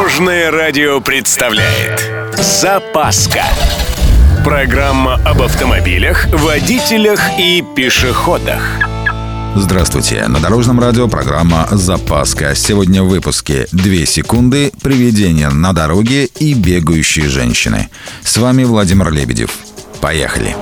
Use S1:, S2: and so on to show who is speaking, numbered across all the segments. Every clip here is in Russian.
S1: Дорожное радио представляет «Запаска». Программа об автомобилях, водителях и пешеходах.
S2: Здравствуйте, на Дорожном радио программа «Запаска». Сегодня в выпуске 2 секунды, приведение на дороге и бегающие женщины. С вами Владимир Лебедев. Поехали!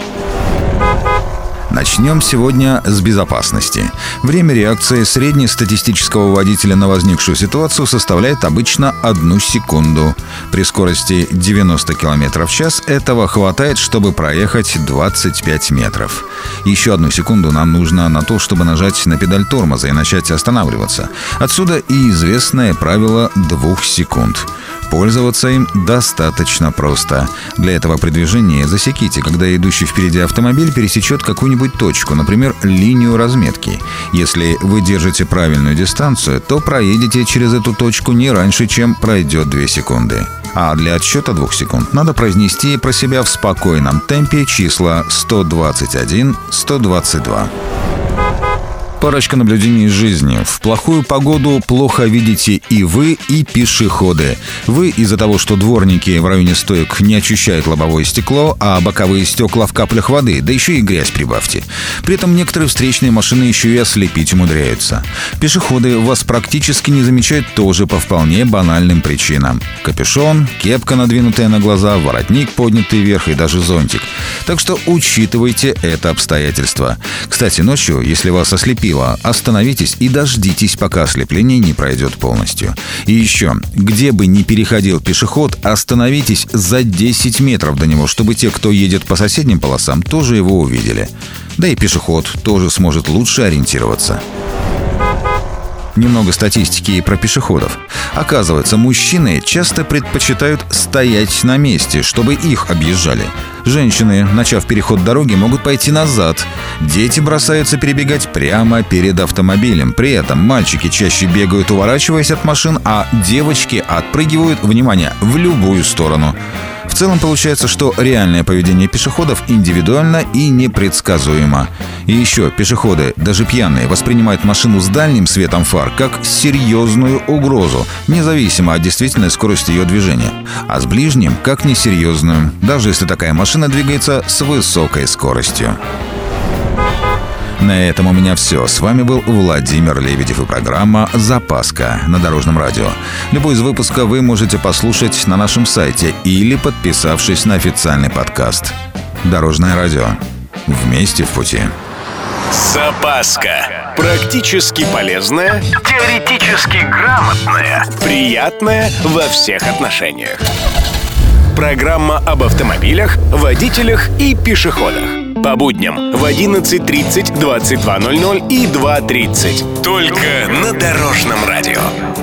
S2: Начнем сегодня с безопасности. Время реакции среднестатистического водителя на возникшую ситуацию составляет обычно 1 секунду. При скорости 90 км в час этого хватает, чтобы проехать 25 метров. Еще 1 секунду нам нужно на то, чтобы нажать на педаль тормоза и начать останавливаться. Отсюда и известное правило 2 секунд. Пользоваться им достаточно просто. Для этого при движении засеките, когда идущий впереди автомобиль пересечет какую-нибудь точку, например, линию разметки. Если вы держите правильную дистанцию, то проедете через эту точку не раньше, чем пройдет 2 секунды. А для отсчета 2 секунд надо произнести про себя в спокойном темпе числа 121, 122. Парочка наблюдений из жизни. В плохую погоду плохо видите и вы, и пешеходы. Вы из-за того, что дворники в районе стоек не очищают лобовое стекло, а боковые стекла в каплях воды, да еще и грязь прибавьте. При этом некоторые встречные машины еще и ослепить умудряются. Пешеходы вас практически не замечают тоже по вполне банальным причинам. Капюшон, кепка, надвинутая на глаза, воротник, поднятый вверх и даже зонтик. Так что учитывайте это обстоятельство. Кстати, ночью, если вас ослепило, остановитесь и дождитесь, пока ослепление не пройдет полностью. И еще, где бы ни переходил пешеход, остановитесь за 10 метров до него, чтобы те, кто едет по соседним полосам, тоже его увидели. Да и пешеход тоже сможет лучше ориентироваться. Немного статистики про пешеходов. Оказывается, мужчины часто предпочитают стоять на месте, чтобы их объезжали. Женщины, начав переход дороги, могут пойти назад. Дети бросаются перебегать прямо перед автомобилем. При этом мальчики чаще бегают, уворачиваясь от машин, а девочки отпрыгивают, внимание, в любую сторону. В целом получается, что реальное поведение пешеходов индивидуально и непредсказуемо. И еще пешеходы, даже пьяные, воспринимают машину с дальним светом фар как серьезную угрозу, независимо от действительной скорости ее движения, а с ближним как несерьезную, даже если такая машина двигается с высокой скоростью. На этом у меня все. С вами был Владимир Лебедев и программа «Запаска» на Дорожном радио. Любой из выпусков вы можете послушать на нашем сайте или подписавшись на официальный подкаст. Дорожное радио. Вместе в пути.
S1: «Запаска». Практически полезная, теоретически грамотная, приятная во всех отношениях. Программа об автомобилях, водителях и пешеходах. По будням в 11:30, 22:00 и 2:30. Только на Дорожном радио.